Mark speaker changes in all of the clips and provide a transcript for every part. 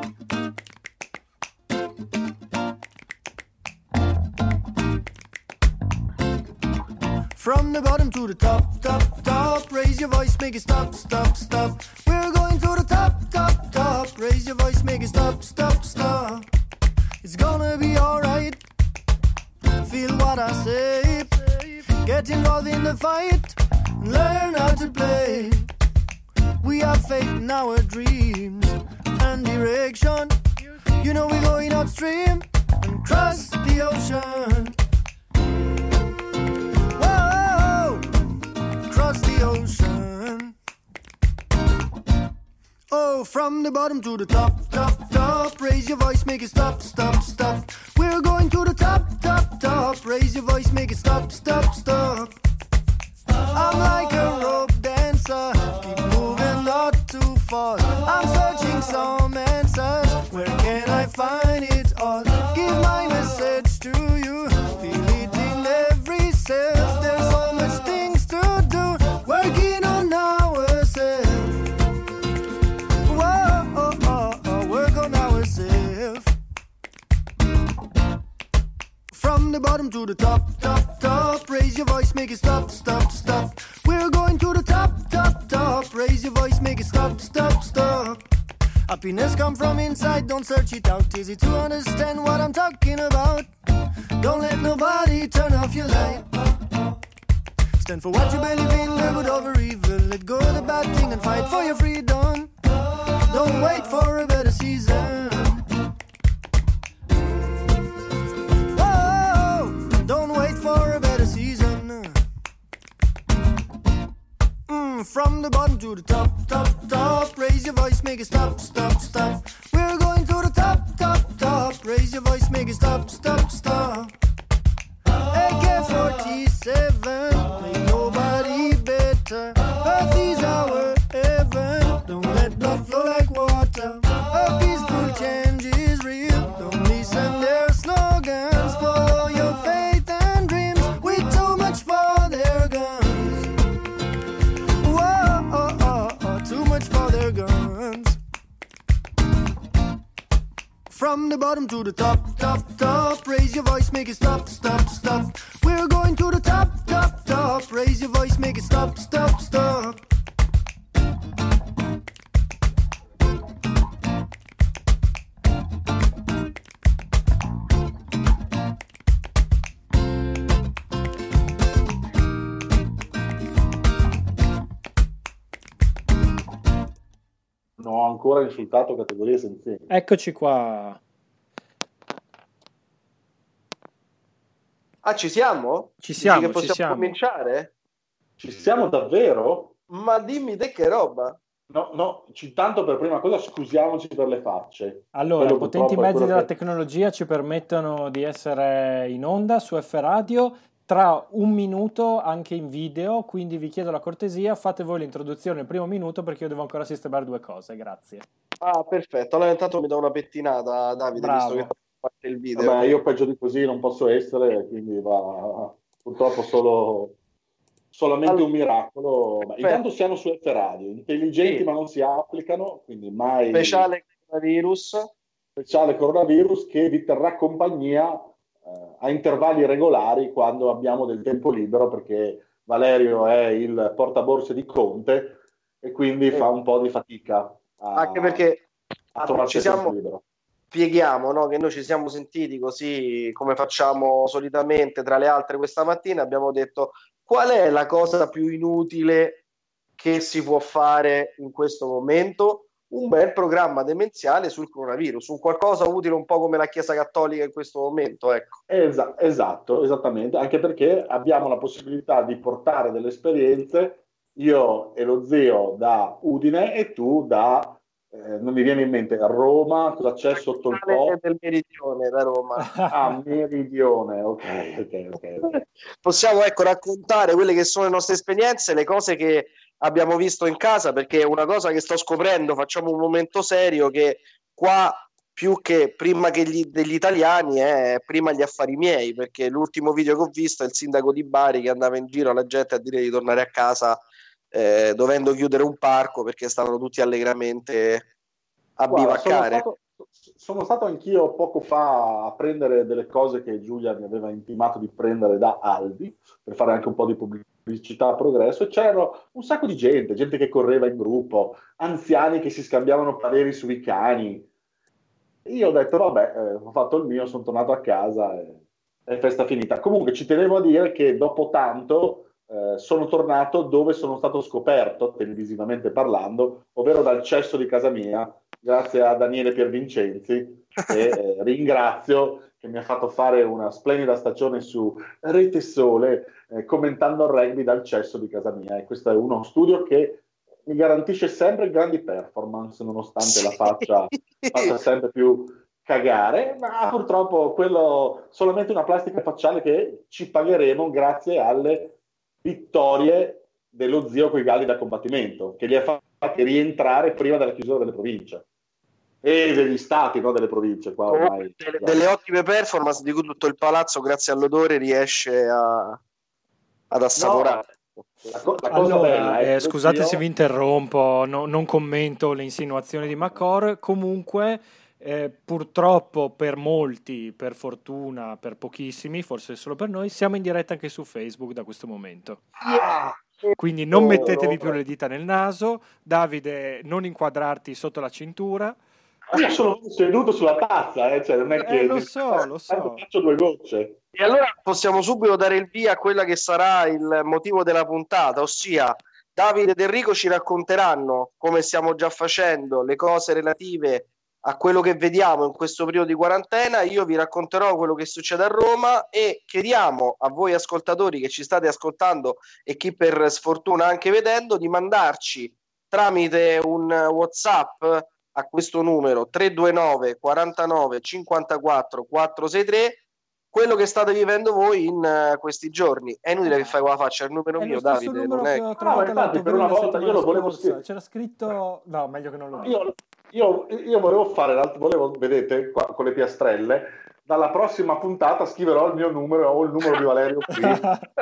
Speaker 1: From the bottom to the top, top, top. Raise your voice, make it stop, stop, stop. We're going to the top, top, top. Raise your voice, make it stop, stop, stop. It's gonna be alright. Feel what I say. Get involved in the fight. Learn how to play. We have faith in our dreams and direction. You know we're going upstream and cross the ocean. The ocean. Oh, from the bottom to the top, top, top. Raise your voice, make it stop, stop, stop. We're going to the top, top, top. Raise your voice, make it stop, stop, stop. I'm like a rope dancer, keep moving not too fast. I'm searching some answers. Where can I find it all? Give my message to you. Feel it in every cell. There's so much things to do. Working on ourselves. Whoa, oh, oh, oh, work on ourselves. From the bottom to the top, top, top. Raise your voice, make it stop, stop, stop. We're going to the top, top, top. Raise your voice, make it stop, stop, stop. Happiness come from inside, don't search it out. Easy to understand what I'm talking about. Don't let nobody turn off your light. Stand for what you believe in, live good over evil. Let go of the bad thing and fight for your freedom. Don't wait for a better season. Whoa, don't wait for a better season. From the bottom to the top, top, top. Raise your voice, make it stop, stop, stop. We're going to the top, top, top. Raise your voice, make it stop, stop, stop. AK-47, ain't nobody better. Earth is our heaven. Don't let blood flow like water. A peaceful change is real. Don't listen their slogans. Follow your faith and dreams. We too much for their guns. Whoa, oh, oh, oh, too much for their guns. From the bottom to the top, top, top. Raise your voice, make it stop, stop, stop. We're going to the top, top, top. Raise your voice, make it stop, stop, stop.
Speaker 2: Non ho ancora insultato categorie senzienti.
Speaker 3: Eccoci qua.
Speaker 4: Ah, ci siamo?
Speaker 3: Ci siamo,
Speaker 4: Dici che
Speaker 3: ci
Speaker 4: possiamo
Speaker 3: siamo.
Speaker 4: cominciare?
Speaker 2: Ci siamo davvero?
Speaker 4: Ma dimmi te che roba.
Speaker 2: No, tanto per prima cosa scusiamoci per le facce.
Speaker 3: Allora,
Speaker 2: Quello
Speaker 3: potenti
Speaker 2: purtroppo è
Speaker 3: mezzi
Speaker 2: quello
Speaker 3: della
Speaker 2: che-
Speaker 3: tecnologia ci permettono di essere in onda su F Radio tra un minuto anche in video, quindi vi chiedo la cortesia, fate voi l'introduzione il primo minuto perché io devo ancora sistemare due cose, grazie.
Speaker 4: Ah, perfetto. Allora intanto mi do una pettinata, Davide,
Speaker 3: Bravo.
Speaker 4: visto che parte il video.
Speaker 2: Vabbè, io peggio di così non posso essere, quindi va purtroppo solamente
Speaker 4: Allora,
Speaker 2: un miracolo. Ma
Speaker 4: perfetto.
Speaker 2: intanto siamo su F Radio, intelligenti
Speaker 4: Sì.
Speaker 2: ma non si applicano, quindi mai
Speaker 4: Speciale coronavirus.
Speaker 2: speciale coronavirus che vi terrà compagnia a intervalli regolari quando abbiamo del tempo libero, perché Valerio è il portaborse di Conte e quindi fa un po' di fatica
Speaker 4: Anche perché
Speaker 2: a trovarsi
Speaker 4: ci
Speaker 2: il tempo
Speaker 4: siamo,
Speaker 2: libero.
Speaker 4: spieghiamo, no, che noi ci siamo sentiti così come facciamo solitamente tra le altre questa mattina, abbiamo detto qual è la cosa più inutile che si può fare in questo momento? Un bel programma demenziale sul coronavirus, un qualcosa utile un po' come la Chiesa Cattolica in questo momento, ecco.
Speaker 2: Esatto, esattamente, anche perché abbiamo la possibilità di portare delle esperienze, io e lo zio da Udine e tu da, non mi viene in mente, Roma, cosa c'è sotto il Po?
Speaker 4: Del Meridione da Roma.
Speaker 2: Ah, Meridione, ok.
Speaker 4: Possiamo, ecco, raccontare quelle che sono le nostre esperienze, le cose che abbiamo visto in casa, perché è una cosa che sto scoprendo, facciamo un momento serio, che qua più che prima che degli italiani è prima gli affari miei, perché l'ultimo video che ho visto è il sindaco di Bari che andava in giro alla gente a dire di tornare a casa dovendo chiudere un parco perché stavano tutti allegramente a
Speaker 2: Guarda,
Speaker 4: bivaccare.
Speaker 2: sono stato anch'io poco fa a prendere delle cose che Giulia mi aveva intimato di prendere da Aldi per fare anche un po' di pubblicità a progresso, e c'erano un sacco di gente che correva in gruppo, anziani che si scambiavano pareri sui cani. Io ho detto, vabbè, ho fatto il mio, sono tornato a casa e festa finita. Comunque ci tenevo a dire che dopo tanto sono tornato dove sono stato scoperto, televisivamente parlando, ovvero dal cesso di casa mia, grazie a Daniele Piervincenzi, che ringrazio, che mi ha fatto fare una splendida stagione su Rete Sole, commentando il rugby dal cesso di casa mia. E questo è uno studio che mi garantisce sempre grandi performance, nonostante la faccia sempre più cagare, ma purtroppo quello solamente una plastica facciale che ci pagheremo grazie alle vittorie dello zio coi galli da combattimento, che li ha fatti rientrare prima della chiusura delle province e degli stati, no, delle province qua ormai.
Speaker 4: Delle ottime performance di cui tutto il palazzo, grazie all'odore, riesce ad assaporare.
Speaker 2: No. La cosa
Speaker 3: Allora,
Speaker 2: bella è che
Speaker 3: scusate se vi interrompo, non commento le insinuazioni di Macor. Comunque, purtroppo per molti, per fortuna, per pochissimi, forse solo per noi, siamo in diretta anche su Facebook da questo momento. Quindi non mettetevi più le dita nel naso. Davide, non inquadrarti sotto la cintura.
Speaker 2: Io sono seduto sulla tazza, cioè non è che
Speaker 3: lo so.
Speaker 2: faccio due gocce.
Speaker 4: E allora possiamo subito dare il via a quella che sarà il motivo della puntata, ossia Davide ed Enrico ci racconteranno, come stiamo già facendo, le cose relative a quello che vediamo in questo periodo di quarantena. Io vi racconterò quello che succede a Roma e chiediamo a voi ascoltatori che ci state ascoltando e chi per sfortuna anche vedendo di mandarci tramite un WhatsApp a questo numero 329 49 54 463 quello che state vivendo voi in questi giorni. È inutile che fai con la faccia, il numero mio, Davide.
Speaker 3: È lo stesso numero che ho
Speaker 2: trovato
Speaker 3: all'Autogrill
Speaker 2: per una volta io lo volevo
Speaker 3: scorsa. C'era scritto... No, meglio che non lo dico.
Speaker 2: Io volevo fare, vedete, qua, con le piastrelle, dalla prossima puntata scriverò il mio numero o il numero di Valerio qui,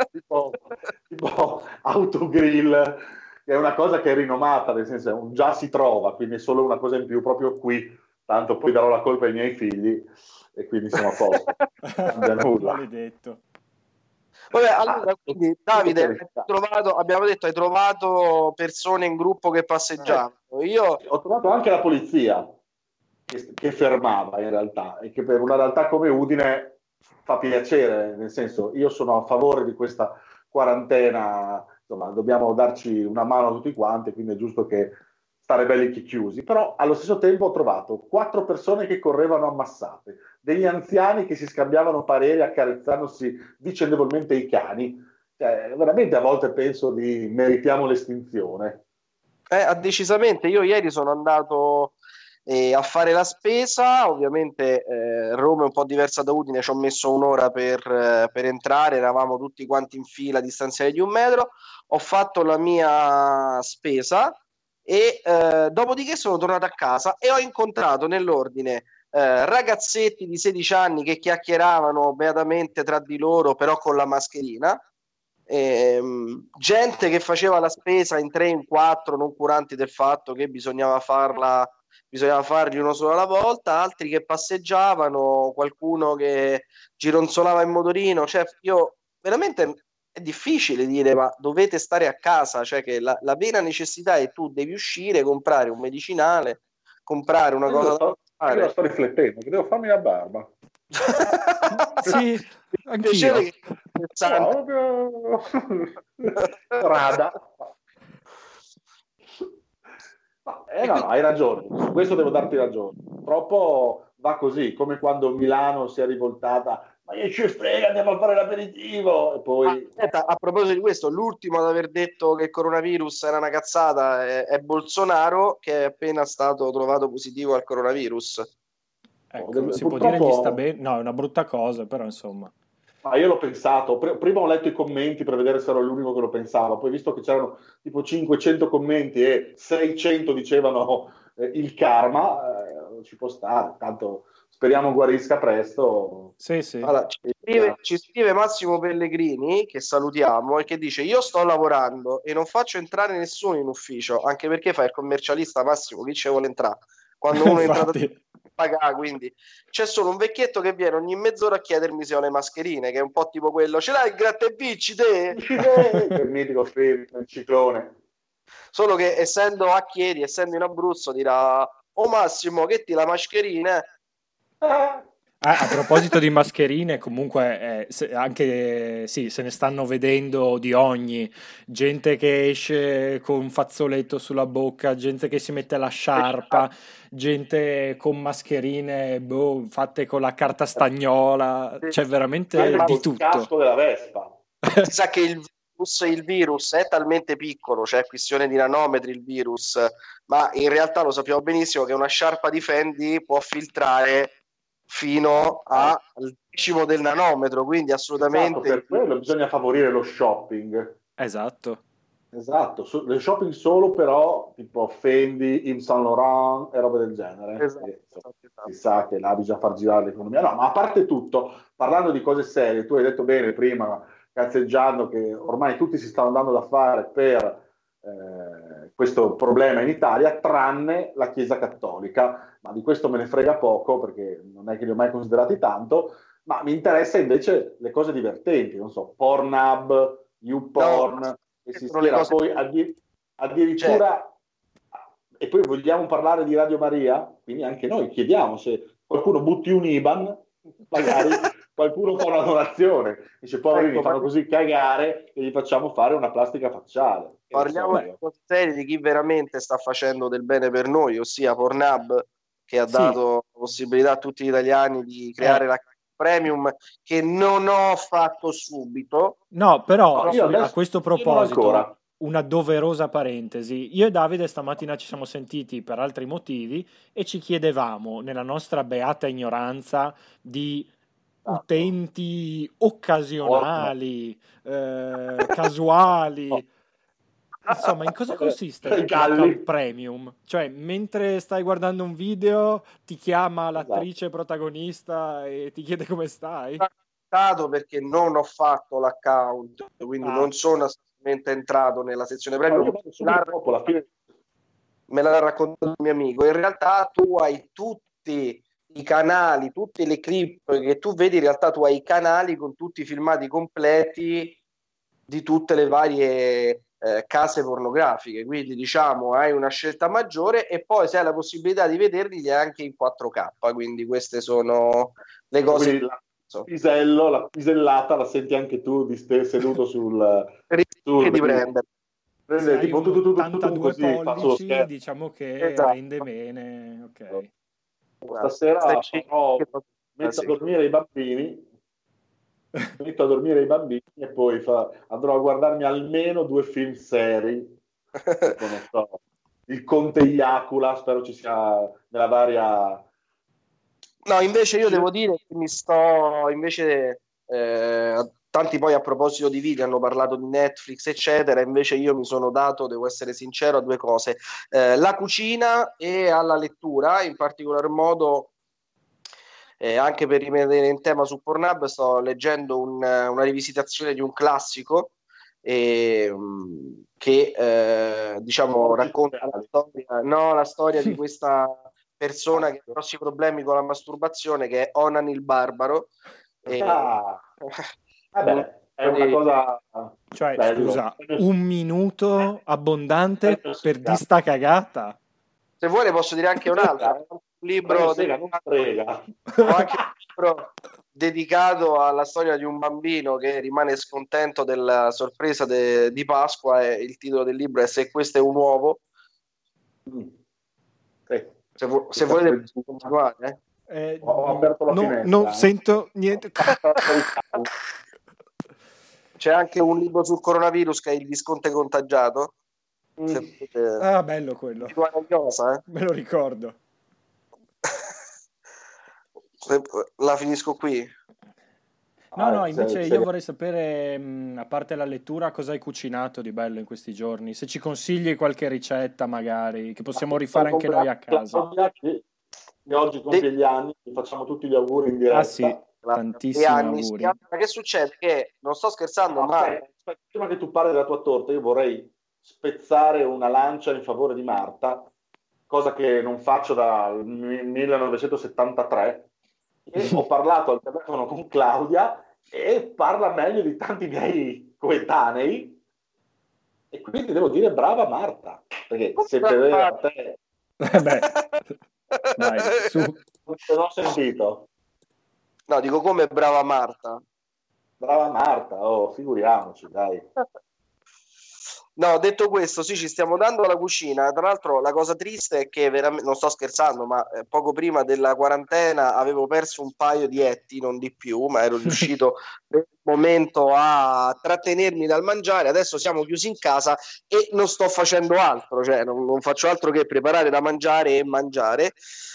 Speaker 2: tipo Autogrill, che è una cosa che è rinomata, nel senso già si trova, quindi è solo una cosa in più proprio qui, tanto poi darò la colpa ai miei figli e quindi siamo a posto.
Speaker 3: Maledetto.
Speaker 4: Vabbè, allora, quindi, Davide, abbiamo detto, hai trovato persone in gruppo che passeggiavano. Io
Speaker 2: ho trovato anche la polizia che fermava in realtà, e che per una realtà come Udine fa piacere, nel senso, io sono a favore di questa quarantena, insomma, dobbiamo darci una mano a tutti quanti, quindi è giusto che stare belli chiusi, però allo stesso tempo ho trovato 4 persone che correvano ammassate, degli anziani che si scambiavano pareri accarezzandosi vicendevolmente i cani. Cioè, veramente a volte penso di meritiamo l'estinzione.
Speaker 4: Decisamente, io ieri sono andato a fare la spesa, ovviamente Roma è un po' diversa da Udine, ci ho messo un'ora per entrare, eravamo tutti quanti in fila a distanziare di 1 metro, ho fatto la mia spesa e dopodiché sono tornato a casa e ho incontrato nell'ordine ragazzetti di 16 anni che chiacchieravano beatamente tra di loro, però con la mascherina, gente che faceva la spesa in 3 in 4, non curanti del fatto che bisognava fargli uno solo alla volta, altri che passeggiavano, qualcuno che gironzolava in motorino. Cioè, io veramente è difficile dire ma dovete stare a casa, cioè che la vera necessità è tu devi uscire, comprare un medicinale, comprare una cosa da fare.
Speaker 2: Io sto riflettendo che devo farmi la barba.
Speaker 3: Sì, anch'io.
Speaker 2: Rada. No, hai ragione, su questo devo darti ragione. Purtroppo va così, come quando Milano si è rivoltata, ma che ci frega, andiamo a fare l'aperitivo. E poi...
Speaker 4: Aspetta, a proposito di questo, l'ultimo ad aver detto che il coronavirus era una cazzata è Bolsonaro, che è appena stato trovato positivo al coronavirus.
Speaker 3: Ecco, si può dire gli sta bene? No, è una brutta cosa, però insomma.
Speaker 2: Ma io l'ho pensato, prima ho letto i commenti per vedere se ero l'unico che lo pensava, poi visto che c'erano tipo 500 commenti e 600 dicevano il karma, ci può stare, tanto speriamo guarisca presto.
Speaker 3: Sì, sì.
Speaker 4: Allora, ci scrive Massimo Pellegrini, che salutiamo, e che dice: io sto lavorando e non faccio entrare nessuno in ufficio, anche perché fai il commercialista, Massimo, chi ci vuole entrare? Quando uno è entrato pagare, quindi c'è solo un vecchietto che viene ogni mezz'ora a chiedermi se ho le mascherine, che è un po' tipo quello, ce l'hai il gratta e vinci te?
Speaker 2: Il mitico film, il ciclone.
Speaker 4: Solo che essendo a Chieri, essendo in Abruzzo, dirà: "Oh Massimo, che ti la mascherina?"
Speaker 3: A proposito di mascherine, comunque anche sì, se ne stanno vedendo di ogni, gente che esce con un fazzoletto sulla bocca, gente che si mette la sciarpa, gente con mascherine fatte con la carta stagnola, c'è veramente
Speaker 2: Col
Speaker 3: di tutto.
Speaker 2: casco della Vespa.
Speaker 4: Si sa che il virus è talmente piccolo, cioè è questione di nanometri il virus, ma in realtà lo sappiamo benissimo che una sciarpa di Fendi può filtrare fino al decimo del nanometro, quindi assolutamente...
Speaker 2: Esatto, per quello bisogna favorire lo shopping.
Speaker 3: Esatto.
Speaker 2: Lo shopping solo però tipo Fendi, Yves Saint Laurent e robe del genere.
Speaker 4: Esatto.
Speaker 2: Si sa che là bisogna far girare l'economia. No, ma a parte tutto, parlando di cose serie, tu hai detto bene prima, cazzeggiando, che ormai tutti si stanno dando da fare per questo problema in Italia, tranne la Chiesa Cattolica, ma di questo me ne frega poco perché non è che li ho mai considerati tanto, ma mi interessa invece le cose divertenti, non so, Pornhub, YouPorn, che si schiera poi addirittura, e poi vogliamo parlare di Radio Maria, quindi anche noi chiediamo se qualcuno butti un IBAN, magari qualcuno fa una donazione, dice poverini fanno così cagare e gli facciamo fare una plastica facciale.
Speaker 4: Parliamo di cose serie, di chi veramente sta facendo del bene per noi, ossia Pornhub, che ha dato la possibilità a tutti gli italiani di creare la premium, che non ho fatto subito.
Speaker 3: No, però a questo proposito una doverosa parentesi. Io e Davide stamattina ci siamo sentiti per altri motivi e ci chiedevamo, nella nostra beata ignoranza di utenti occasionali, casuali, insomma, in cosa consiste l'account premium? Cioè, mentre stai guardando un video, ti chiama l'attrice protagonista e ti chiede come stai?
Speaker 4: Perché non ho fatto l'account, quindi non sono assolutamente entrato nella sezione premium. Me l'ha raccontato il mio amico. In realtà tu hai tutti i canali, tutte le clip che tu vedi, in realtà tu hai i canali con tutti i filmati completi di tutte le varie case pornografiche, quindi diciamo hai una scelta maggiore e poi se hai la possibilità di vederli anche in 4K, quindi queste sono le cose.
Speaker 2: La pisellata la senti anche tu seduto sul
Speaker 4: di prendere.
Speaker 3: Se hai 82 pollici, diciamo che rende bene, ok.
Speaker 2: Stasera metto a dormire i bambini e poi andrò a guardarmi almeno 2 film seri, tipo, non so, Il Conte Iacula, spero ci sia nella varia...
Speaker 4: No, invece io devo dire che mi sto invece tanti poi a proposito di video hanno parlato di Netflix eccetera, invece io mi sono dato, devo essere sincero, a 2 cose, la cucina e alla lettura, in particolar modo anche per rimanere in tema su Pornhub sto leggendo una rivisitazione di un classico che diciamo racconta la storia di questa persona che ha grossi problemi con la masturbazione, che è Onan il Barbaro.
Speaker 2: Vabbè, è una cosa...
Speaker 3: Cioè, scusa, un minuto abbondante per di sta cagata?
Speaker 4: Se vuoi ne posso dire anche un'altra. Un libro dedicato alla storia di un bambino che rimane scontento della sorpresa di Pasqua, e il titolo del libro è Se questo è un uovo. Se volete continuare,
Speaker 2: ho aperto la finestra.
Speaker 3: Non sento niente.
Speaker 4: C'è anche un libro sul coronavirus che è Il Visconte contagiato.
Speaker 3: Bello quello. Me lo ricordo.
Speaker 4: La finisco qui.
Speaker 3: No, invece io vorrei sapere, a parte la lettura, cosa hai cucinato di bello in questi giorni? Se ci consigli qualche ricetta magari, che possiamo rifare anche noi a casa.
Speaker 2: Che oggi compie gli anni, ti facciamo tutti gli auguri in diretta.
Speaker 3: Ah sì, tantissimi auguri.
Speaker 4: Ma che succede? Che non sto scherzando, ma
Speaker 2: prima che tu parli della tua torta, io vorrei spezzare una lancia in favore di Marta, cosa che non faccio dal 1973, e ho parlato al telefono con Claudia e parla meglio di tanti miei coetanei, e quindi devo dire brava Marta, perché se vedeva te...
Speaker 3: Beh, dai, su.
Speaker 2: Non l'ho sentito.
Speaker 4: No, dico come brava Marta.
Speaker 2: Brava Marta, oh, figuriamoci, dai.
Speaker 4: No, detto questo, sì, ci stiamo dando alla cucina. Tra l'altro la cosa triste è che veramente, non sto scherzando, ma poco prima della quarantena avevo perso un paio di etti, non di più, ma ero riuscito per il momento a trattenermi dal mangiare. Adesso siamo chiusi in casa e non sto facendo altro, cioè non faccio altro che preparare da mangiare e mangiare.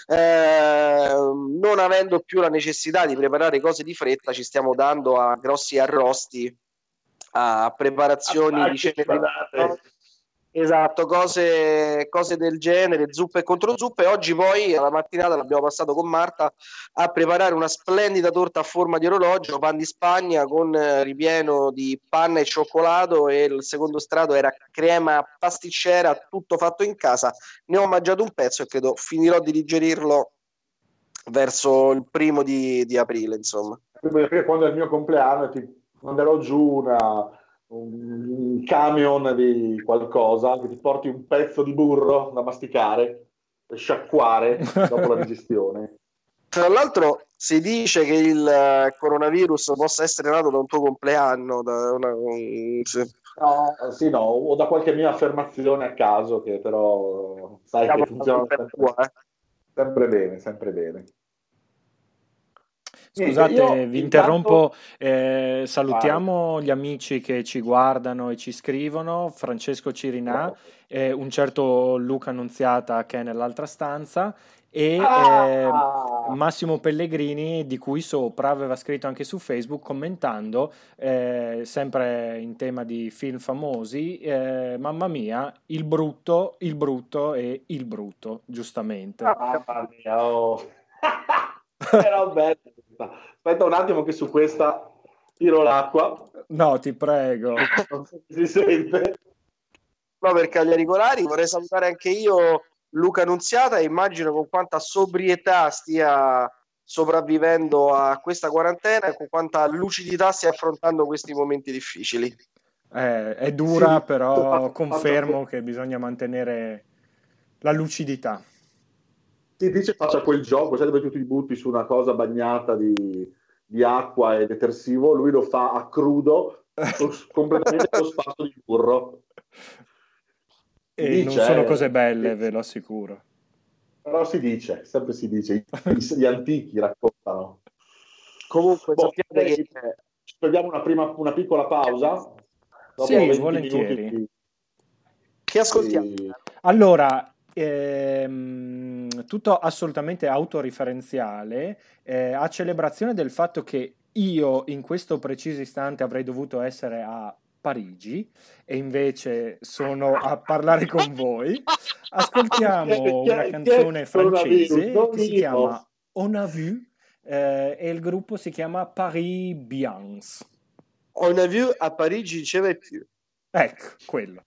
Speaker 4: Non avendo più la necessità di preparare cose di fretta, ci stiamo dando a grossi arrosti, a preparazioni di cene private, esatto, cose del genere, zuppe e controzuppe. Oggi poi alla mattinata l'abbiamo passato con Marta a preparare una splendida torta a forma di orologio, pan di Spagna con ripieno di panna e cioccolato, e il secondo strato era crema pasticcera, tutto fatto in casa. Ne ho mangiato un pezzo e credo finirò di digerirlo verso il 1° di aprile, insomma.
Speaker 2: Quando è il mio compleanno manderò giù un camion di qualcosa che ti porti un pezzo di burro da masticare e sciacquare dopo la digestione.
Speaker 4: Tra l'altro si dice che il coronavirus possa essere nato da un tuo compleanno,
Speaker 2: No, o da qualche mia affermazione a caso, che però sai che funziona sempre bene, sempre bene.
Speaker 3: Scusate, vi interrompo, salutiamo gli amici che ci guardano e ci scrivono: Francesco Cirinà, un certo Luca Annunziata che è nell'altra stanza, e Massimo Pellegrini, di cui sopra aveva scritto anche su Facebook commentando, sempre in tema di film famosi, mamma mia, il brutto e il brutto, giustamente.
Speaker 2: Mamma mia, oh. Però bello. Aspetta un attimo che su questa tiro l'acqua.
Speaker 3: No, ti prego.
Speaker 2: Non so se si sente.
Speaker 4: No, per Cagliari Colari vorrei salutare anche io Luca Annunziata, e immagino con quanta sobrietà stia sopravvivendo a questa quarantena e con quanta lucidità stia affrontando questi momenti difficili.
Speaker 3: È dura, sì, però confermo che bisogna mantenere la lucidità.
Speaker 2: Si dice faccia quel gioco, dove tu ti butti su una cosa bagnata di acqua e detersivo, lui lo fa a crudo, completamente lo spasso di burro.
Speaker 3: E non sono cose belle, ve lo assicuro.
Speaker 2: Però sempre si dice, gli antichi raccontano.
Speaker 4: Comunque, sappiate che
Speaker 2: ci togliamo una piccola pausa. Dopo
Speaker 3: sì, volentieri.
Speaker 4: Minuti. Che ascoltiamo?
Speaker 3: Allora, tutto assolutamente autoreferenziale, a celebrazione del fatto che io in questo preciso istante avrei dovuto essere a Parigi e invece sono a parlare con voi. Ascoltiamo una canzone francese che si chiama On a vu, e il gruppo si chiama Paris Biens.
Speaker 4: On a vu a Parigi diceva più.
Speaker 3: Ecco, quello.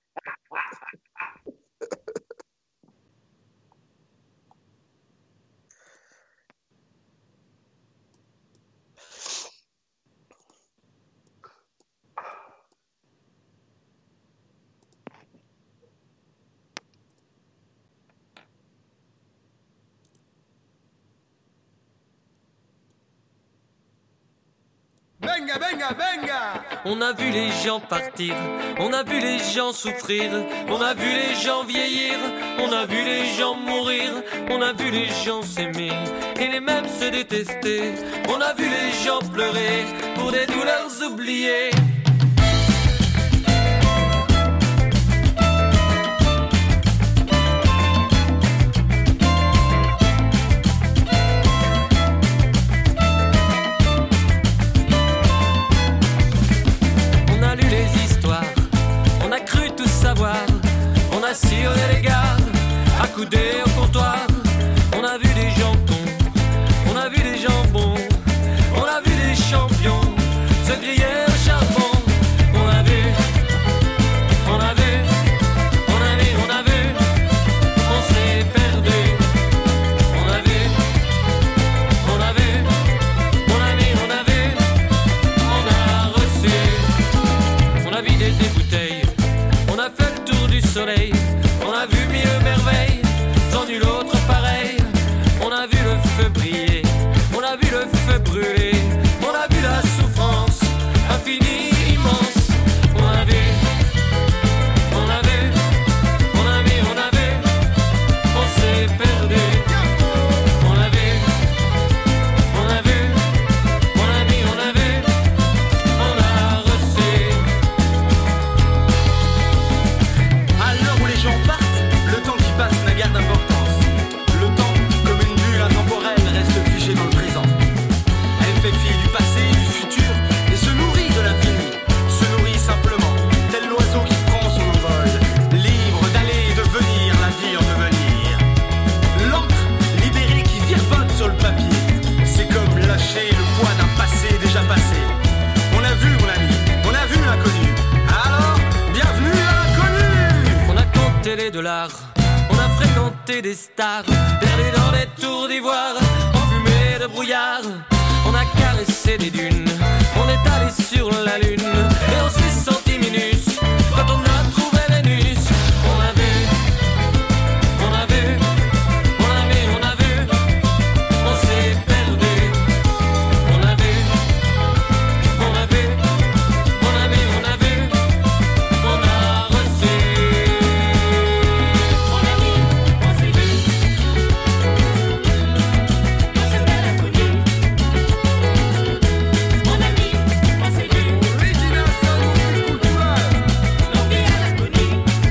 Speaker 5: Venga, venga, venga! On a vu les gens partir, on a vu les gens souffrir, on a vu les gens vieillir, on a vu les gens mourir, on a vu les gens s'aimer et les mêmes se détester, on a vu les gens pleurer pour des douleurs oubliées. On a sillonné les gares, accoudé au comptoir. On a vu des gens cons, on a vu des jambons, on a vu des champions se griller au charbon. dollars. On a fréquenté des stars, perdu dans des tours d'ivoire, enfumé de brouillard. On a caressé des dunes, on est allé sur la lune, et on s'est senti minus quand on a trouvé Vénus. On a vu, on a vu, on a vu, on a vu, on s'est perdu. On a vu, on a vu, on a vu, on a vu, on a reçu. Mon ami, on s'est vu, on s'est bien inconnu. Mon ami, on s'est vu, original salon culturel, non bien inconnu.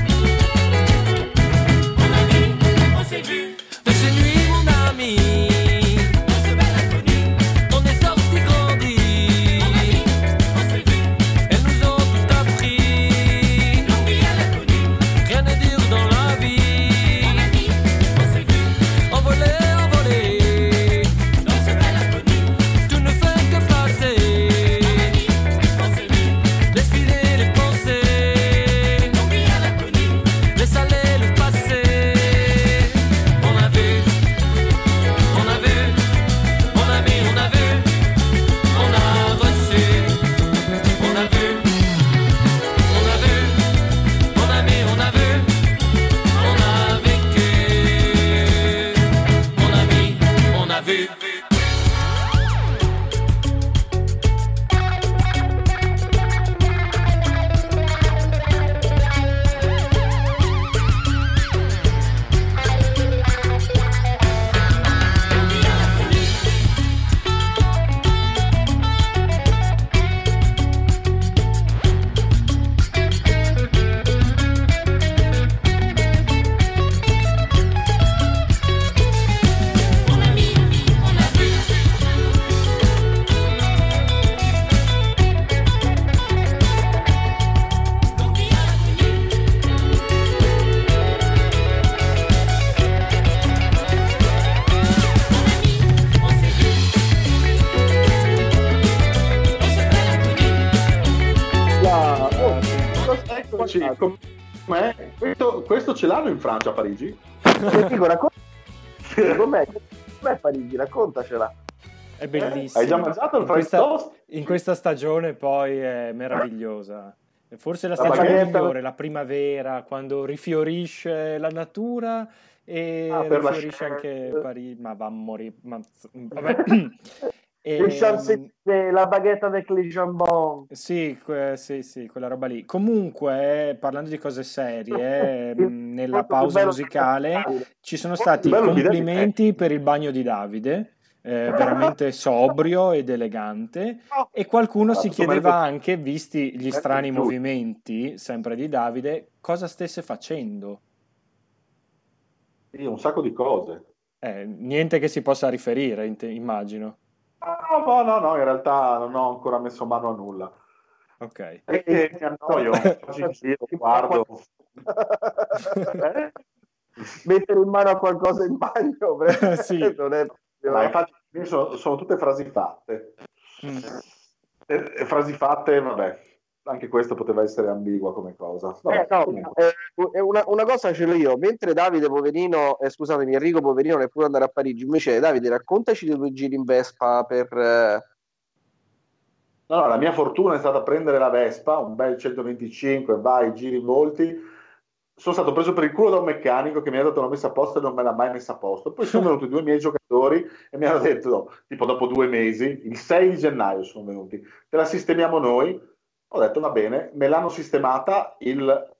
Speaker 5: Mon ami, on s'est vu, de ces nuits mon ami, on s'est bien inconnu. On est sortis grandis, mon ami, on s'est vu, elles nous ont tout appris, non bien inconnu. Rien n'est dur dans la vie, mon ami, on s'est vu, envolé, envolé, on s'est bien inconnu. Tout ne fait que passer, mon ami, on s'est vu, défiler les pensées, non bien inconnu. Laisse aller le passé. On a vu, on a vu, on a mis, on a vu, on a reçu. On a vu, on a vu, on a mis, on a vu, on a vécu. On a mis, on a vu. On a mis, on a vu. Non bien inconnu. Mon ami, on s'est vu, on s'est bien inconnu.
Speaker 2: Eccoci, com'è? Questo ce l'hanno in Francia, a Parigi?
Speaker 4: Dico, com'è Parigi? Raccontacela.
Speaker 3: È bellissimo.
Speaker 2: Hai già mangiato il
Speaker 3: In
Speaker 2: French
Speaker 3: questa,
Speaker 2: toast?
Speaker 3: in questa stagione poi è meravigliosa. Forse la
Speaker 2: La
Speaker 3: stagione
Speaker 2: baguette-
Speaker 3: migliore, la primavera, quando rifiorisce la natura e
Speaker 2: per la
Speaker 3: rifiorisce
Speaker 2: scena.
Speaker 3: anche Parigi. Ma va a morire. Vabbè.
Speaker 4: Il Champs-Élysées, la baguette avec les jambons.
Speaker 3: Sì, sì, quella roba lì. Comunque, parlando di cose serie, nella pausa musicale ci sono stati
Speaker 2: bello il bidet di
Speaker 3: complimenti per il bagno di Davide, veramente sobrio ed elegante, e qualcuno si chiedeva anche, visti gli strani movimenti, sempre di Davide, cosa stesse facendo.
Speaker 2: Sì, un sacco di cose.
Speaker 3: Niente che si possa riferire, immagino.
Speaker 2: No, in realtà non ho ancora messo mano a nulla.
Speaker 3: Ok.
Speaker 2: È che mi annoio, faccio in giro, guardo.
Speaker 4: Mettere in mano a qualcosa in bagno
Speaker 3: Sì.
Speaker 4: non è proprio...
Speaker 2: Ma infatti sono tutte frasi fatte. E frasi fatte, vabbè, anche questo poteva essere ambigua come cosa. Vabbè,
Speaker 4: una cosa ce l'ho io. Mentre Davide poverino, scusatemi, Enrico poverino ne può andare a Parigi, invece Davide raccontaci dei tuoi giri in Vespa per...
Speaker 2: No, la mia fortuna è stata prendere la Vespa, un bel 125, vai, giri molti. Sono stato preso per il culo da un meccanico che mi ha dato una messa a posto e non me l'ha mai messa a posto. Poi sono venuti due miei giocatori e mi hanno detto, tipo dopo 2 mesi, il 6 di gennaio sono venuti, te la sistemiamo noi. Ho detto va bene, me l'hanno sistemata il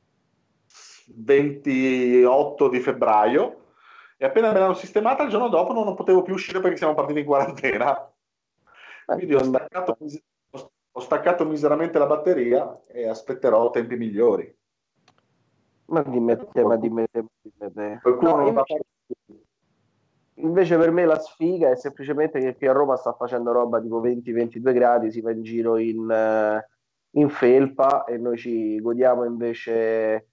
Speaker 2: 28 di febbraio e appena me l'hanno sistemata il giorno dopo non potevo più uscire perché siamo partiti in quarantena. Quindi ho staccato miseramente la batteria e aspetterò tempi migliori.
Speaker 4: Ma dimmi te.
Speaker 2: Qualcuno
Speaker 4: No,
Speaker 2: non va
Speaker 4: invece per me la sfiga è semplicemente che qui a Roma sta facendo roba tipo 20-22 gradi, si va in giro in felpa e noi ci godiamo invece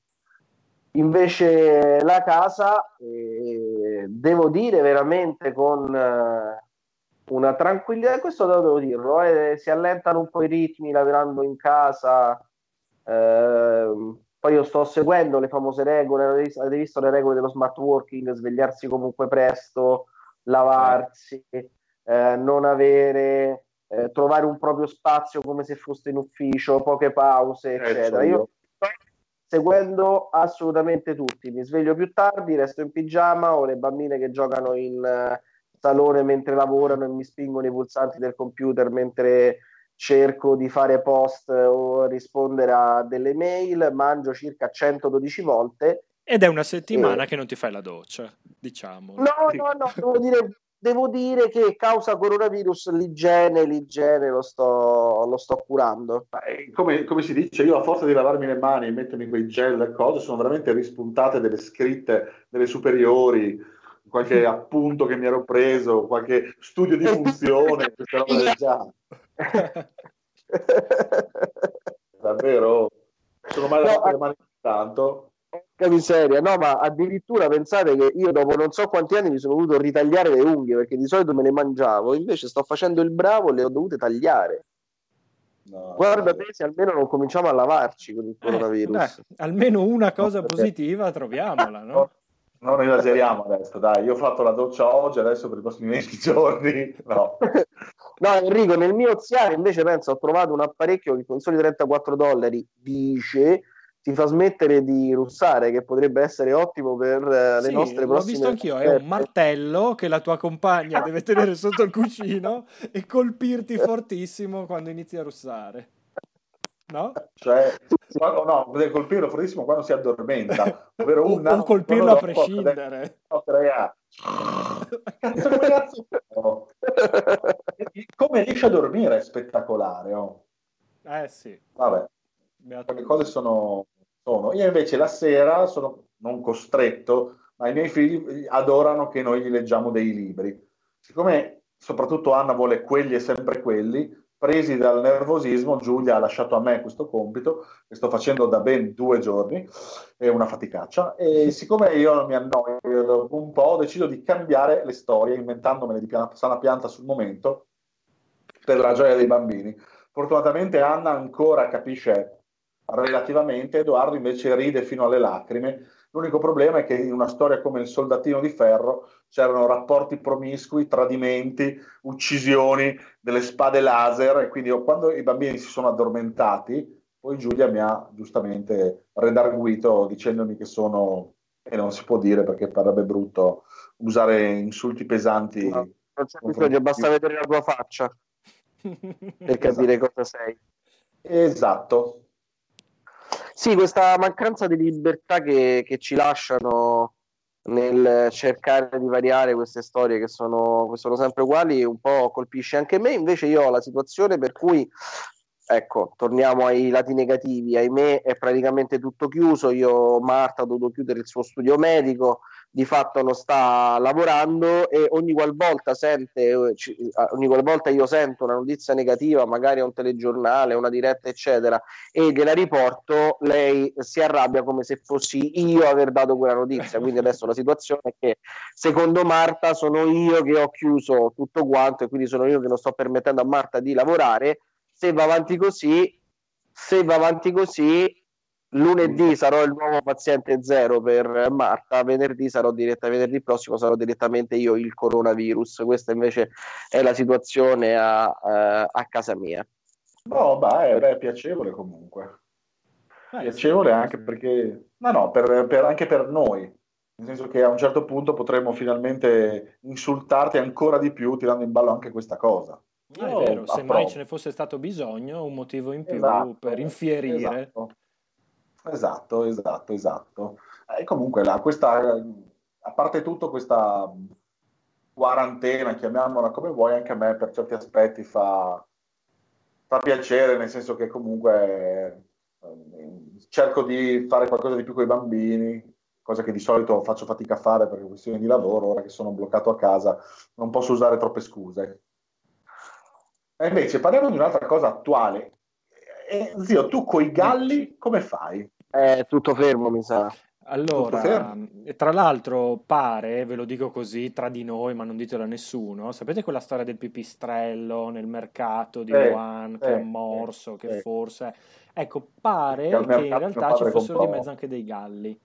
Speaker 4: la casa, e devo dire veramente con una tranquillità, questo devo dirlo, si allentano un po' i ritmi lavorando in casa, Poi io sto seguendo le famose regole, avete visto le regole dello smart working, svegliarsi comunque presto, lavarsi, non avere, trovare un proprio spazio come se fosse in ufficio, poche pause, eccetera. Io sto seguendo assolutamente tutti, mi sveglio più tardi, resto in pigiama, ho le bambine che giocano in salone mentre lavorano e mi spingono i pulsanti del computer mentre cerco di fare post o rispondere a delle mail, mangio circa 112 volte.
Speaker 3: Ed è una settimana che non ti fai la doccia, diciamo.
Speaker 4: No, devo dire che causa coronavirus l'igiene lo sto curando.
Speaker 2: Come si dice, io a forza di lavarmi le mani e mettermi quei gel e cose, sono veramente rispuntate delle scritte delle superiori, qualche appunto che mi ero preso, qualche studio di funzione, queste robe del genere. Davvero? Sono mai lavato le mani tanto?
Speaker 4: Che miseria, no, ma addirittura pensate che io dopo non so quanti anni mi sono dovuto ritagliare le unghie, perché di solito me le mangiavo, invece sto facendo il bravo, le ho dovute tagliare. No, guarda te, se almeno non cominciamo a lavarci con il coronavirus.
Speaker 3: Almeno una cosa positiva troviamola, no?
Speaker 2: Non esageriamo adesso, dai, io ho fatto la doccia oggi, adesso per i prossimi 20 giorni, no.
Speaker 4: No, Enrico, nel mio oziale invece penso ho trovato un apparecchio che con soli $34 dice ti fa smettere di russare, che potrebbe essere ottimo per le nostre prossime...
Speaker 3: l'ho visto anch'io, è un martello che la tua compagna deve tenere sotto il cuscino e colpirti fortissimo quando inizi a russare. No?
Speaker 2: Cioè, no, deve colpirlo fortissimo quando si addormenta, ovvero
Speaker 3: o colpirlo a prescindere.
Speaker 2: Come riesce a dormire è spettacolare. Oh.
Speaker 3: Sì.
Speaker 2: Vabbè, le cose sono. Io invece la sera sono non costretto, ma i miei figli adorano che noi gli leggiamo dei libri. Siccome soprattutto Anna vuole quelli e sempre quelli, presi dal nervosismo, Giulia ha lasciato a me questo compito che sto facendo da ben 2 giorni, è una faticaccia, e siccome io mi annoio un po', ho deciso di cambiare le storie, inventandomene di sana pianta sul momento, per la gioia dei bambini. Fortunatamente Anna ancora capisce relativamente, Edoardo invece ride fino alle lacrime. L'unico problema è che in una storia come Il soldatino di ferro c'erano rapporti promiscui, tradimenti, uccisioni, delle spade laser, e quindi quando i bambini si sono addormentati, poi Giulia mi ha giustamente redarguito dicendomi che sono, e non si può dire perché sarebbe brutto usare insulti pesanti.
Speaker 4: No, non c'è bisogno, basta vedere la tua faccia per capire cosa sei.
Speaker 2: Esatto.
Speaker 4: Sì, questa mancanza di libertà che ci lasciano nel cercare di variare queste storie che sono sempre uguali un po' colpisce anche me. Invece io ho la situazione per cui, ecco, torniamo ai lati negativi. Ahimè è praticamente tutto chiuso. Marta ha dovuto chiudere il suo studio medico, di fatto non sta lavorando, e ogni qualvolta io sento una notizia negativa, magari a un telegiornale, una diretta eccetera, e gliela riporto, lei si arrabbia come se fossi io aver dato quella notizia. Quindi adesso la situazione è che secondo Marta sono io che ho chiuso tutto quanto, e quindi sono io che non sto permettendo a Marta di lavorare. Se va avanti così, lunedì sarò il nuovo paziente zero per Marta, venerdì prossimo sarò direttamente io il coronavirus. Questa invece è la situazione a casa mia.
Speaker 2: No, è piacevole comunque. Piacevole anche perché, anche per noi, nel senso che a un certo punto potremo finalmente insultarti ancora di più tirando in ballo anche questa cosa.
Speaker 3: È vero, se mai ce ne fosse stato bisogno, un motivo in più per infierire.
Speaker 2: Esatto. E comunque a parte tutto, questa quarantena, chiamiamola come vuoi, anche a me per certi aspetti fa piacere, nel senso che comunque cerco di fare qualcosa di più con i bambini, cosa che di solito faccio fatica a fare per questioni di lavoro. Ora che sono bloccato a casa non posso usare troppe scuse. E invece parliamo di un'altra cosa attuale. Zio, tu coi galli come fai?
Speaker 4: Tutto fermo, mi sa.
Speaker 3: Allora, tra l'altro pare, ve lo dico così tra di noi, ma non ditelo a nessuno, sapete quella storia del pipistrello nel mercato di Wuhan che ha morso, che forse... Ecco, pare che in realtà ci fossero di mezzo anche dei galli.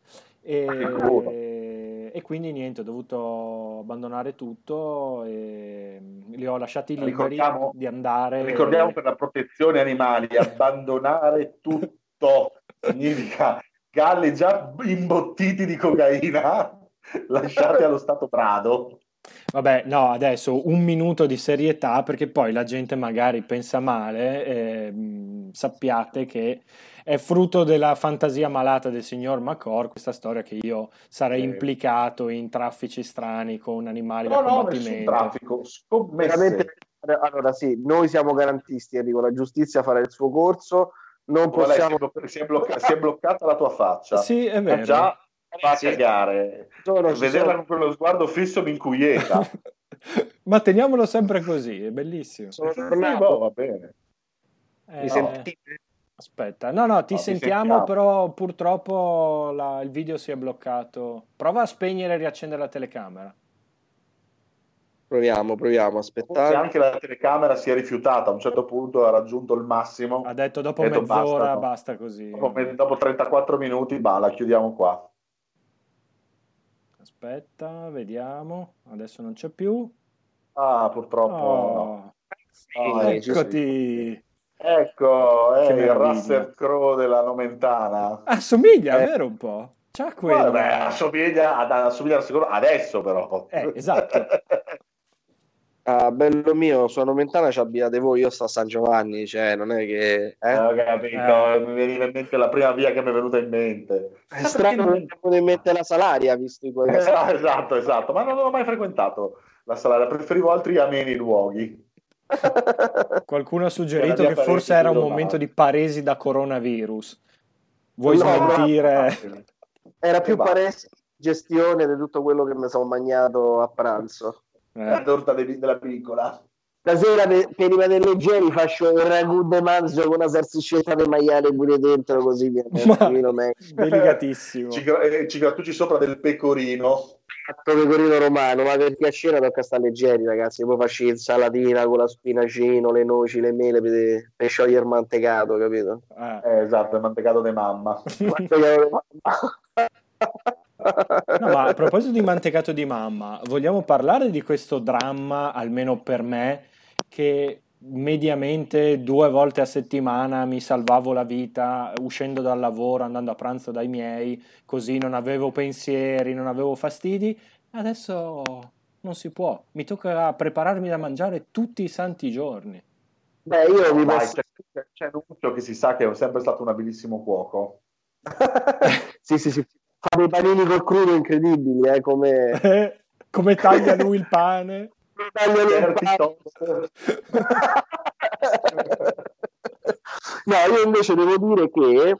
Speaker 3: E quindi niente, ho dovuto abbandonare tutto e li ho lasciati liberi di andare.
Speaker 2: Ricordiamo per la protezione animali, abbandonare tutto significa galli già imbottiti di cocaina lasciati allo stato brado.
Speaker 3: Vabbè, no, adesso un minuto di serietà perché poi la gente magari pensa male, sappiate che è frutto della fantasia malata del signor Macor, questa storia che io sarei implicato in traffici strani con animali da combattimento.
Speaker 2: Nessun traffico, scommesse.
Speaker 4: Allora sì, noi siamo garantisti, Enrico, la giustizia farà il suo corso, non possiamo...
Speaker 2: Si è bloccata la tua faccia.
Speaker 3: Sì, è vero.
Speaker 2: Già fa cagare. Vederla con quello sguardo fisso mi inquieta.
Speaker 3: Ma teniamolo sempre così, è bellissimo.
Speaker 2: Va bene.
Speaker 4: Mi sentite?
Speaker 3: Aspetta, no, ti sentiamo, però purtroppo il video si è bloccato. Prova a spegnere e riaccendere la telecamera.
Speaker 4: Proviamo, aspettate.
Speaker 2: Anche la telecamera si è rifiutata, a un certo punto ha raggiunto il massimo.
Speaker 3: Ha detto dopo mezz'ora basta così.
Speaker 2: Dopo 34 minuti, la chiudiamo qua.
Speaker 3: Aspetta, vediamo. Adesso non c'è più.
Speaker 2: Purtroppo.
Speaker 3: Eccoti.
Speaker 2: Ecco, è il Russell Crowe della Nomentana.
Speaker 3: Assomiglia, vero un po'? C'ha quello.
Speaker 2: Assomiglia al secondo, adesso però.
Speaker 3: Esatto.
Speaker 4: Bello mio, su Nomentana ci abbiate voi, io sto a San Giovanni, cioè non è che...
Speaker 2: Ho capito, mi veniva in mente la prima via che mi è venuta in mente.
Speaker 4: È strano che mi è venuta in mente la Salaria, visto i tuoi...
Speaker 2: Esatto, ma non ho mai frequentato la Salaria, preferivo altri ameni luoghi.
Speaker 3: Qualcuno ha suggerito che forse era un momento di paresi da coronavirus. Vuoi smentire?
Speaker 4: Era più paresi gestione di tutto quello che mi sono mangiato a pranzo.
Speaker 2: La torta della piccola.
Speaker 4: Stasera prima dei leggeri faccio il ragù de manzo con una salsiccetta di maiale pure dentro, così
Speaker 3: delicatissimo.
Speaker 2: Ci grattugi sopra del pecorino.
Speaker 4: Pecorino romano, ma perché a cena tocca stare leggeri, ragazzi. Poi faccio l'insalatina con la spinacino, le noci, le mele per sciogliere il mantecato, capito?
Speaker 2: Esatto, il mantecato di mamma.
Speaker 3: No, ma a proposito di mantecato di mamma, vogliamo parlare di questo dramma, almeno per me, che mediamente 2 volte a settimana mi salvavo la vita uscendo dal lavoro, andando a pranzo dai miei, così non avevo pensieri, non avevo fastidi. Adesso non si può, mi tocca prepararmi da mangiare tutti i santi giorni.
Speaker 4: Beh, io vi posso...
Speaker 2: C'è Lucio che si sa che è sempre stato un abilissimo cuoco.
Speaker 4: Sì. Fa dei panini col crudo incredibili,
Speaker 3: come taglia lui il pane.
Speaker 4: No, io invece devo dire che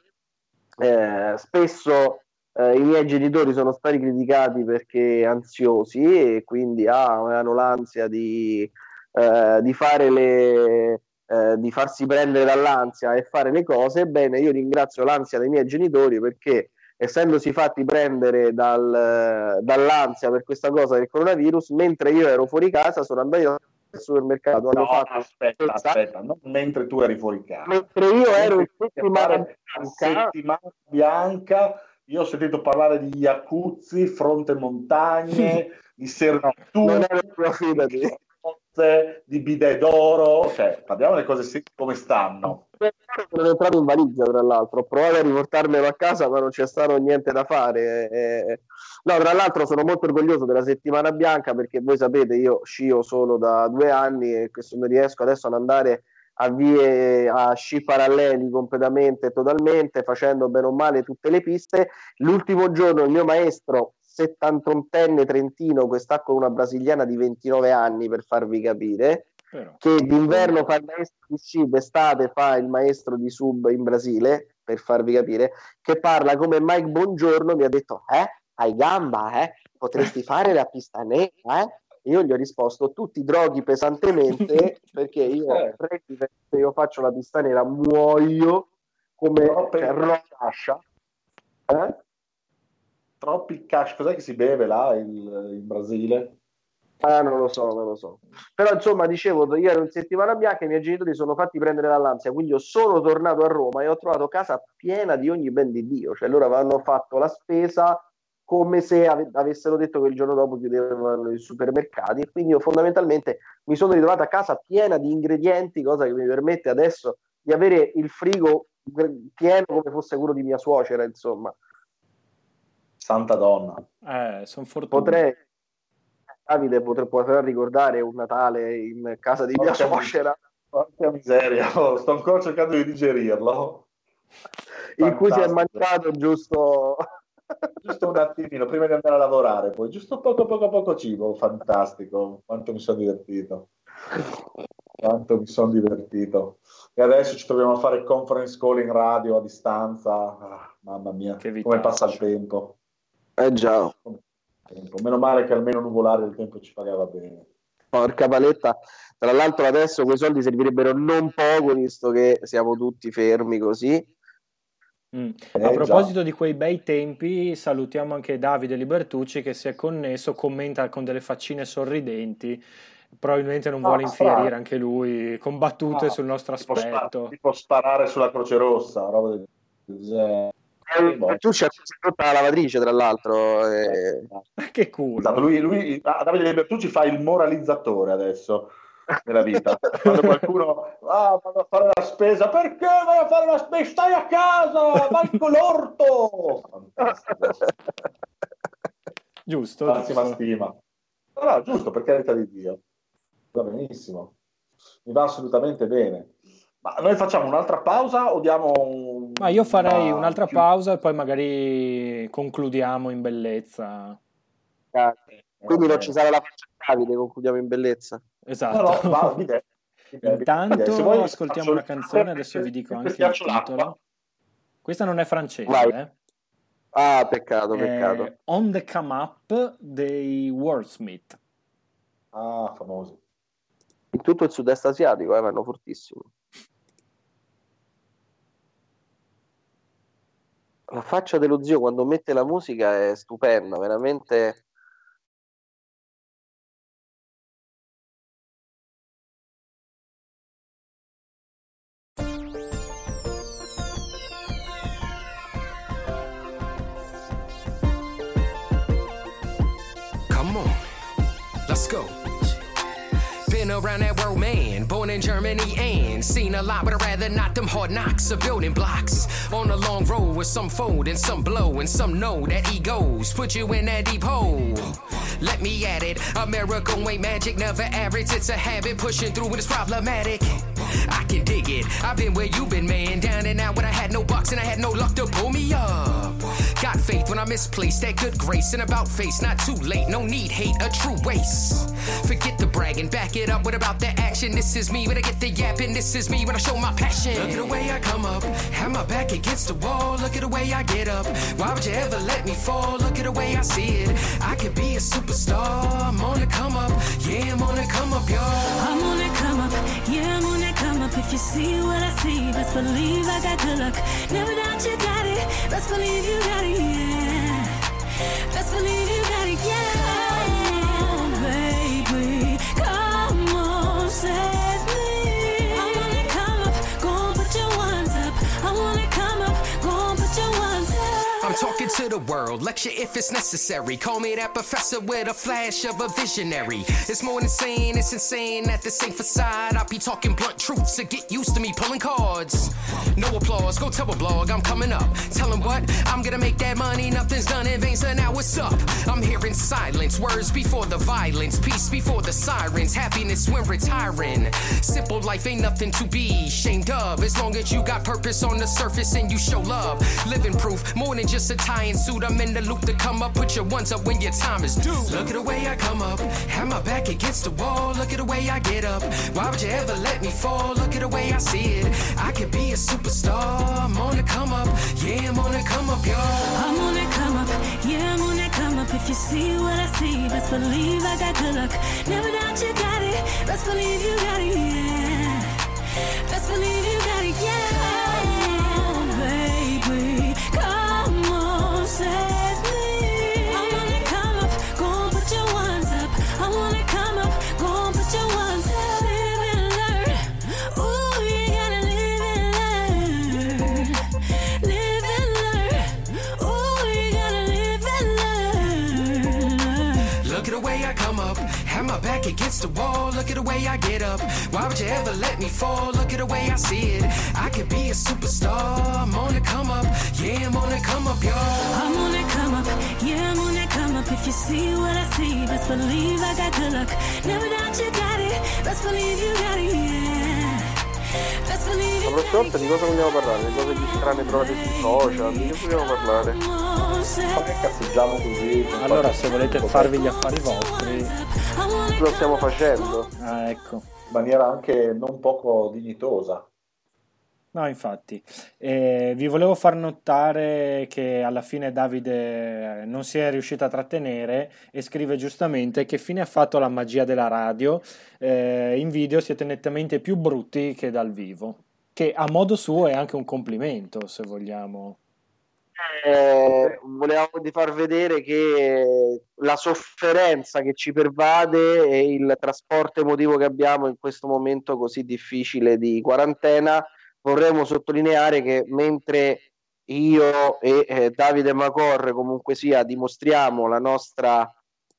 Speaker 4: spesso i miei genitori sono stati criticati perché ansiosi e quindi hanno l'ansia di fare di farsi prendere dall'ansia e fare le cose. Ebbene, io ringrazio l'ansia dei miei genitori perché, essendosi fatti prendere dall'ansia per questa cosa del coronavirus, mentre io ero fuori casa sono andato al supermercato.
Speaker 2: Aspetta, non mentre tu eri fuori casa.
Speaker 4: Mentre io ero in settimana
Speaker 2: bianca, io ho sentito parlare di Iacuzzi, fronte montagne, di Sernatura, di bidet d'oro, cioè parliamo delle cose come stanno.
Speaker 4: Sono entrato in valigia, tra l'altro ho provato a riportarmelo a casa ma non c'è stato niente da fare. No, tra l'altro sono molto orgoglioso della settimana bianca perché voi sapete io scio solo da 2 anni e questo mi riesco adesso ad andare a sci paralleli completamente e totalmente, facendo bene o male tutte le piste. L'ultimo giorno il mio maestro 71enne trentino, quest'acqua con una brasiliana di 29 anni, per farvi capire, che d'inverno fa il maestro di sci, d'estate fa il maestro di sub in Brasile, per farvi capire, che parla come Mike Bongiorno, mi ha detto hai gamba, potresti fare la pista nera, Io gli ho risposto tutti droghi pesantemente perché io faccio la pista nera muoio come roccia.
Speaker 2: Tropicash, cos'è che si beve là in Brasile?
Speaker 4: Non lo so. Però insomma, dicevo, io ero in settimana bianca e i miei genitori sono fatti prendere dall'ansia, quindi io sono tornato a Roma e ho trovato casa piena di ogni ben di Dio, cioè loro avevano fatto la spesa come se avessero detto che il giorno dopo chiudevano i supermercati, e quindi io fondamentalmente mi sono ritrovato a casa piena di ingredienti, cosa che mi permette adesso di avere il frigo pieno come fosse quello di mia suocera, insomma.
Speaker 2: Santa donna.
Speaker 3: Sono fortunato.
Speaker 4: Davide potrà ricordare un Natale in casa di mia suocera.
Speaker 2: Porca miseria, sto ancora cercando di digerirlo.
Speaker 4: In cui si è mangiato giusto
Speaker 2: un attimino prima di andare a lavorare, poi giusto poco cibo. Fantastico, quanto mi sono divertito. E adesso ci troviamo a fare conference call in radio a distanza. Mamma mia, come passa il tempo.
Speaker 4: Già.
Speaker 2: Meno male che almeno nuvolare il tempo ci pagava bene.
Speaker 4: Porca paletta, tra l'altro adesso quei soldi servirebbero non poco, visto che siamo tutti fermi così.
Speaker 3: A proposito di quei bei tempi, salutiamo anche Davide Libertucci che si è connesso, commenta con delle faccine sorridenti, probabilmente non vuole infierire anche lui con battute sul nostro aspetto.
Speaker 2: Tipo sparare sulla Croce Rossa, roba del genere.
Speaker 4: Tu c'è tutta la lavatrice, tra l'altro.
Speaker 3: Che culo.
Speaker 2: Esatto, lui Davide Bertucci fa il moralizzatore adesso nella vita. Quando qualcuno vado a fare la spesa, perché vai a fare la spesa? Stai a casa, vai con l'orto.
Speaker 3: Giusto.
Speaker 2: Massima stima. No, giusto, per carità di Dio. Va benissimo. Mi va assolutamente bene. Ma noi facciamo un'altra pausa o diamo
Speaker 3: Ma io farei un'altra pausa e poi magari concludiamo in bellezza.
Speaker 4: Quindi non ci sarà la faccia di Davide, concludiamo in bellezza.
Speaker 3: Esatto.
Speaker 2: No,
Speaker 3: Intanto
Speaker 2: se vuoi,
Speaker 3: ascoltiamo una canzone, adesso vi dico anche il titolo. Questa non è francese.
Speaker 4: Peccato.
Speaker 3: On the Come Up dei Wordsmith.
Speaker 2: Famosi.
Speaker 4: In tutto il sud-est asiatico vanno fortissimo. La faccia dello zio quando mette la musica è stupenda, veramente.
Speaker 6: Come on, let's go. Been around that world, man, born in Germany and seen a lot, but I'd rather not. Them hard knocks are building blocks on a long road with some fold and some blow and some know that egos put you in that deep hole. Let me at it, a miracle ain't magic, never average, it's a habit, pushing through when it's problematic. I can dig it, I've been where you've been, man, down and out when I had no bucks and I had no luck to pull me up. Got faith when I misplaced that good grace and about face, not too late, no need hate, a true waste. Forget the bragging, back it up, what about the action? This is me when I get the yapping, this is me when I show my passion. Look at the way I come up, have my back against the wall, look at the way I get up, why would you ever let me fall? Look at the way I see it, I could be a superstar, I'm on the come up, yeah, I'm on the come up, y'all.
Speaker 7: I'm on the come up, yeah, I'm on the come up. If you see what I see, best believe I got good luck. Never doubt you got it, best believe you got it, yeah. Best believe you got it, yeah. Baby, come on, save me. I wanna come up, go and put your ones up. I wanna come up, go and put your ones up.
Speaker 6: I'm talking to the world, lecture if it's necessary. Call me that professor with a flash of a visionary. It's more than saying, it's insane that this ain't facade. I be talking blunt truths, so get used to me pulling cards. No applause, go tell a blog, I'm coming up. Tell them what, I'm gonna make that money, nothing's done in vain, so now what's up? I'm hearing silence, words before the violence, peace before the sirens, happiness when retiring. Simple life ain't nothing to be ashamed of, as long as you got purpose on the surface and you show love. Living proof, more than just a tie-in suit, I'm in the loop to come up, put your ones up when your time is due. Look at the way I come up, have my back against the wall, look at the way I get up, why would you ever let me fall? Look at the way I see it, I could be a superstar, I'm on the come up, yeah, I'm on the come up, y'all.
Speaker 7: I'm on the come up, yeah, I'm on the come up. If you see what I see, best believe I got good luck. Never doubt you got it, best believe you got it, yeah. Best believe you got it, yeah. Baby, come on, save me.
Speaker 6: way I come up, have my back against the wall, look at the way I get up. Why would you ever let me fall? Look at the way I see it. I could be a superstar. I'm on the come up, yeah, I'm on the come up, y'all.
Speaker 7: I'm on that come up, yeah, I'm on that come up. If you see what I see, best believe I got good luck. Never doubt you got it, best believe you got it, yeah. Best believe
Speaker 4: La
Speaker 7: you
Speaker 4: prossima volta di cosa vogliamo parlare? Le cose più strane trovate sui social, di che vogliamo parlare?
Speaker 2: Ma che cazzeggiamo così?
Speaker 3: Allora, se volete farvi gli affari vostri,
Speaker 4: Lo stiamo facendo.
Speaker 3: ecco.
Speaker 2: In maniera anche non poco dignitosa.
Speaker 3: No, infatti. Vi volevo far notare che alla fine Davide non si è riuscito a trattenere e scrive giustamente che fine ha fatto la magia della radio. In video siete nettamente più brutti che dal vivo, che a modo suo è anche un complimento, se vogliamo.
Speaker 4: Volevamo di far vedere che la sofferenza che ci pervade e il trasporto emotivo che abbiamo in questo momento così difficile di quarantena. Vorremmo sottolineare che mentre io e Davide Macor comunque sia dimostriamo la nostra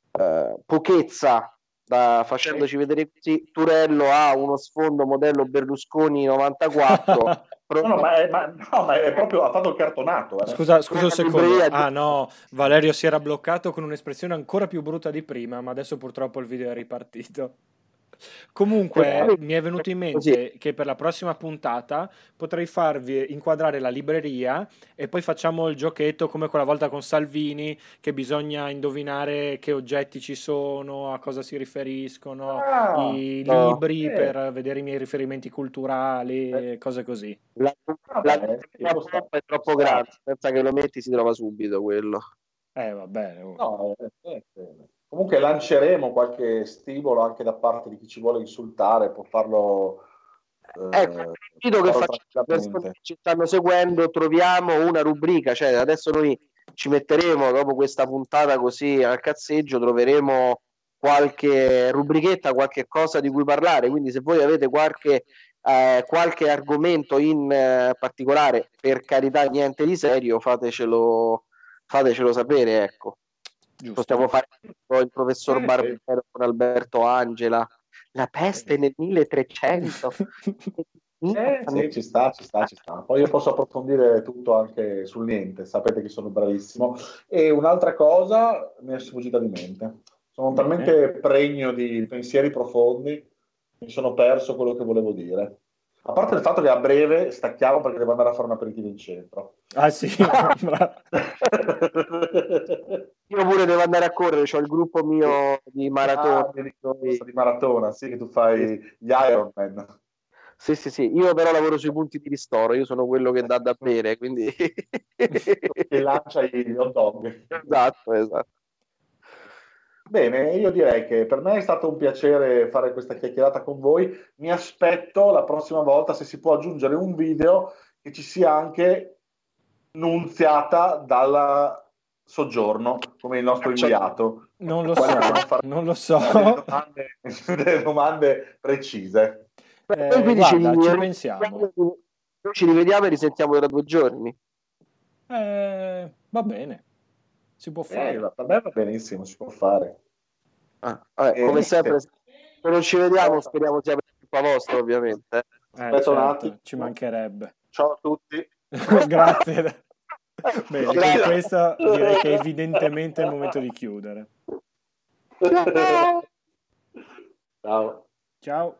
Speaker 4: pochezza facendoci vedere così, Turello ha uno sfondo modello Berlusconi 94.
Speaker 2: No, ma è proprio, ha fatto il cartonato.
Speaker 3: Scusa un secondo. Ah no, Valerio si era bloccato con un'espressione ancora più brutta di prima, ma adesso purtroppo il video è ripartito. Comunque mi è venuto in mente che per la prossima puntata potrei farvi inquadrare la libreria e poi facciamo il giochetto come quella volta con Salvini, che bisogna indovinare che oggetti ci sono, a cosa si riferiscono, i libri per vedere i miei riferimenti culturali, cose così.
Speaker 4: La è troppo grande, senza che lo metti si trova subito quello.
Speaker 3: Vabbè.
Speaker 2: No, comunque lanceremo qualche stimolo anche da parte di chi ci vuole insultare, può farlo.
Speaker 4: Invito che facciamo, per ci stanno seguendo, troviamo una rubrica, cioè adesso noi ci metteremo dopo questa puntata così al cazzeggio, troveremo qualche rubrichetta, qualche cosa di cui parlare, quindi se voi avete qualche argomento in particolare, per carità niente di serio, fatecelo sapere, ecco.
Speaker 3: Giusto.
Speaker 4: Possiamo fare il professor Barbero con Alberto Angela, la peste nel 1300.
Speaker 2: Sì, ci sta. Poi io posso approfondire tutto anche sul niente, sapete che sono bravissimo. E un'altra cosa mi è sfuggita di mente. Sono talmente pregno di pensieri profondi, mi sono perso quello che volevo dire. A parte il fatto che a breve stacchiamo perché devo andare a fare un aperitivo in centro.
Speaker 3: Ah sì?
Speaker 4: Io pure devo andare a correre, c'ho il gruppo mio di maratona.
Speaker 2: Di maratona, sì, che tu fai gli Ironman.
Speaker 4: Sì, io però lavoro sui punti di ristoro, io sono quello che dà da bere, quindi...
Speaker 2: E lancia gli hot dog.
Speaker 4: Esatto.
Speaker 2: Bene, io direi che per me è stato un piacere fare questa chiacchierata con voi. Mi aspetto la prossima volta, se si può aggiungere un video, che ci sia anche Nunziata dal Soggiorno, come il nostro inviato.
Speaker 3: Non lo so.
Speaker 2: Delle domande precise.
Speaker 3: Guarda, ci pensiamo.
Speaker 4: Noi ci rivediamo e risentiamo tra 2 giorni.
Speaker 3: Va bene. Si può fare.
Speaker 2: Per me va benissimo, si può fare.
Speaker 4: Come sempre, se non ci vediamo, speriamo sia per colpa vostra, ovviamente.
Speaker 2: Aspetta un attimo.
Speaker 3: Ci mancherebbe.
Speaker 2: Ciao a tutti.
Speaker 3: Grazie. Bene, con questo direi che evidentemente è il momento di chiudere. Ciao.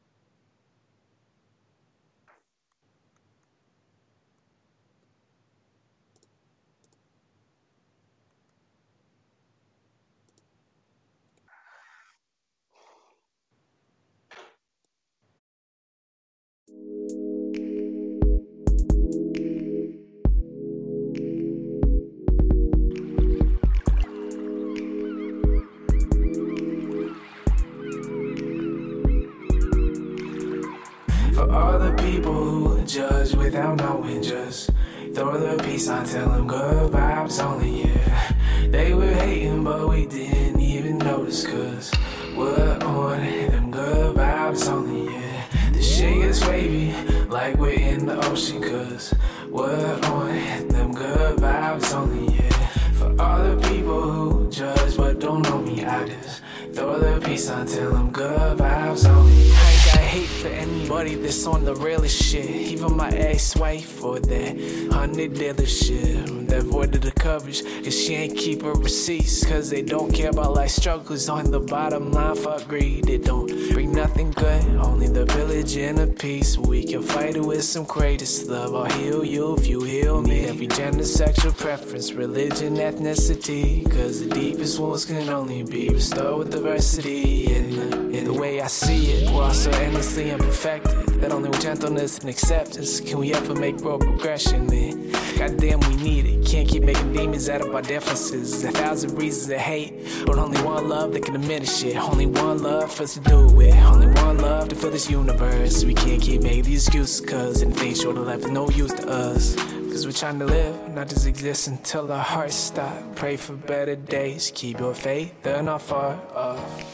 Speaker 8: For all the people who judge without knowing, just throw the peace on, tell them good vibes only, yeah. They were hating, but we didn't even notice, cause we're on them good vibes only, yeah. The shit gets wavy, like we're in the ocean, cause we're on them good vibes only, yeah. For all the people who judge but don't know me, I just Throw the peace, I tell them good vibes only. I ain't got hate for anybody that's on the realest shit. Even my ex-wife for that $100 shit. That voided the coverage, cause she ain't keep her receipts. Cause they don't care about life struggles. On the bottom line, fuck greed. It don't bring nothing good, only the pillage and the peace. We can fight it with some greatest love. I'll heal you if you heal me. Every gender, sexual preference, religion, ethnicity. Cause the deepest wounds can only be restored with diversity. In the way I see it, we're all so endlessly imperfected that only with gentleness and acceptance can we ever make real progression. Then, goddamn, we need it. Can't keep making demons out of our differences. 1,000 reasons to hate, but only one love that can diminish it. Only one love for us to do it with. Only one love to fill this universe. We can't keep making these excuses, cause anything short of life is no use to us. Cause we're trying to live, not just exist until our hearts stop. Pray for better days, keep your faith, they're not far off.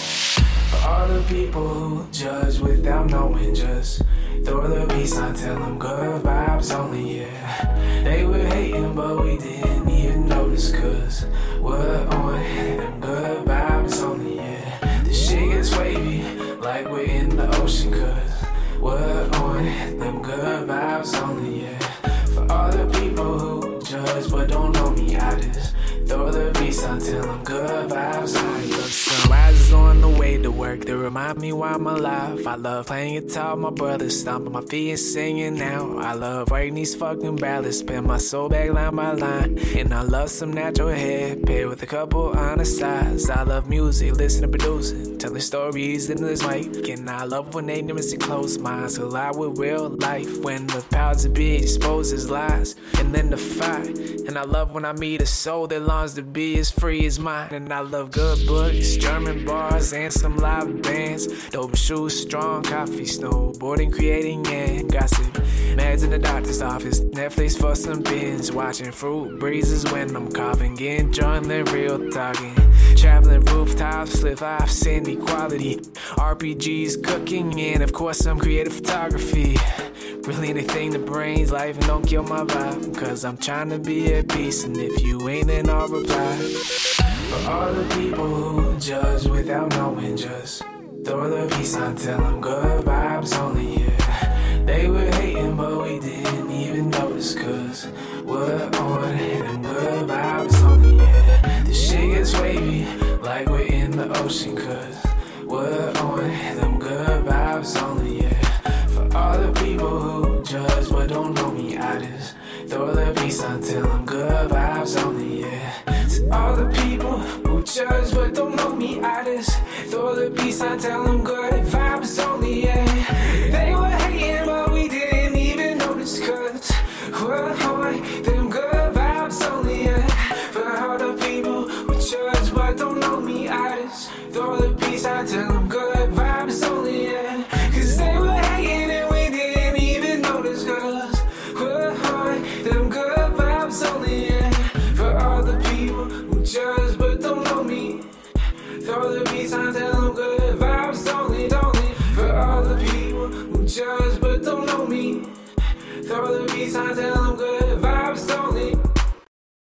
Speaker 8: For all the people who judge without knowing, just throw the peace, I tell them good vibes only, yeah. They were hating, but we didn't even notice, cause we're on them good vibes only, yeah. The shit gets wavy, like we're in the ocean, cause we're on them good vibes only, yeah. For all the people who judge but don't know me, I just throw the peace until I'm good vibes. I love sunrises on the way to work. They remind me why I'm alive. I love playing guitar with my brothers, stomping my feet and singing now. I love writing these fucking ballads, spin my soul back line by line. And I love some natural hair, paired with a couple honest sides. I love music, listening, producing, telling stories into this mic. And I love when they never see close minds collide with real life. When the powers that be exposes lies, and then the fight. And I love when I meet a soul that longs to be as free as mine. And I love good books, German bars, and some live bands. Dope shoes, strong coffee, snowboarding, creating, and gossip. Meds in the doctor's office, Netflix for some binge. Watching fruit breezes when I'm coughing, getting drunk, then real talking. Traveling rooftops, flip-flops, inequality. RPGs, cooking, and of course some creative photography. Really anything that brings life and don't kill my vibe. Cause I'm trying to be at peace, and if you ain't, then I'll reply. For all the people who judge without knowing, just throw the peace, I tell them good vibes only, yeah. They were hating, but we didn't even notice, cause we're on them good vibes only, yeah. The shit gets wavy, like we're in the ocean, cause we're on them good vibes only, yeah. For all the people who judge but don't know me, I just throw the peace until I'm good vibes only, yeah. To all the people who judge but don't know me, I just throw the peace until I'm good vibes only, yeah. They were hating but we didn't even notice, cause we're on them good vibes only, yeah. For all the people who judge but don't know me, I just throw the peace until I'm good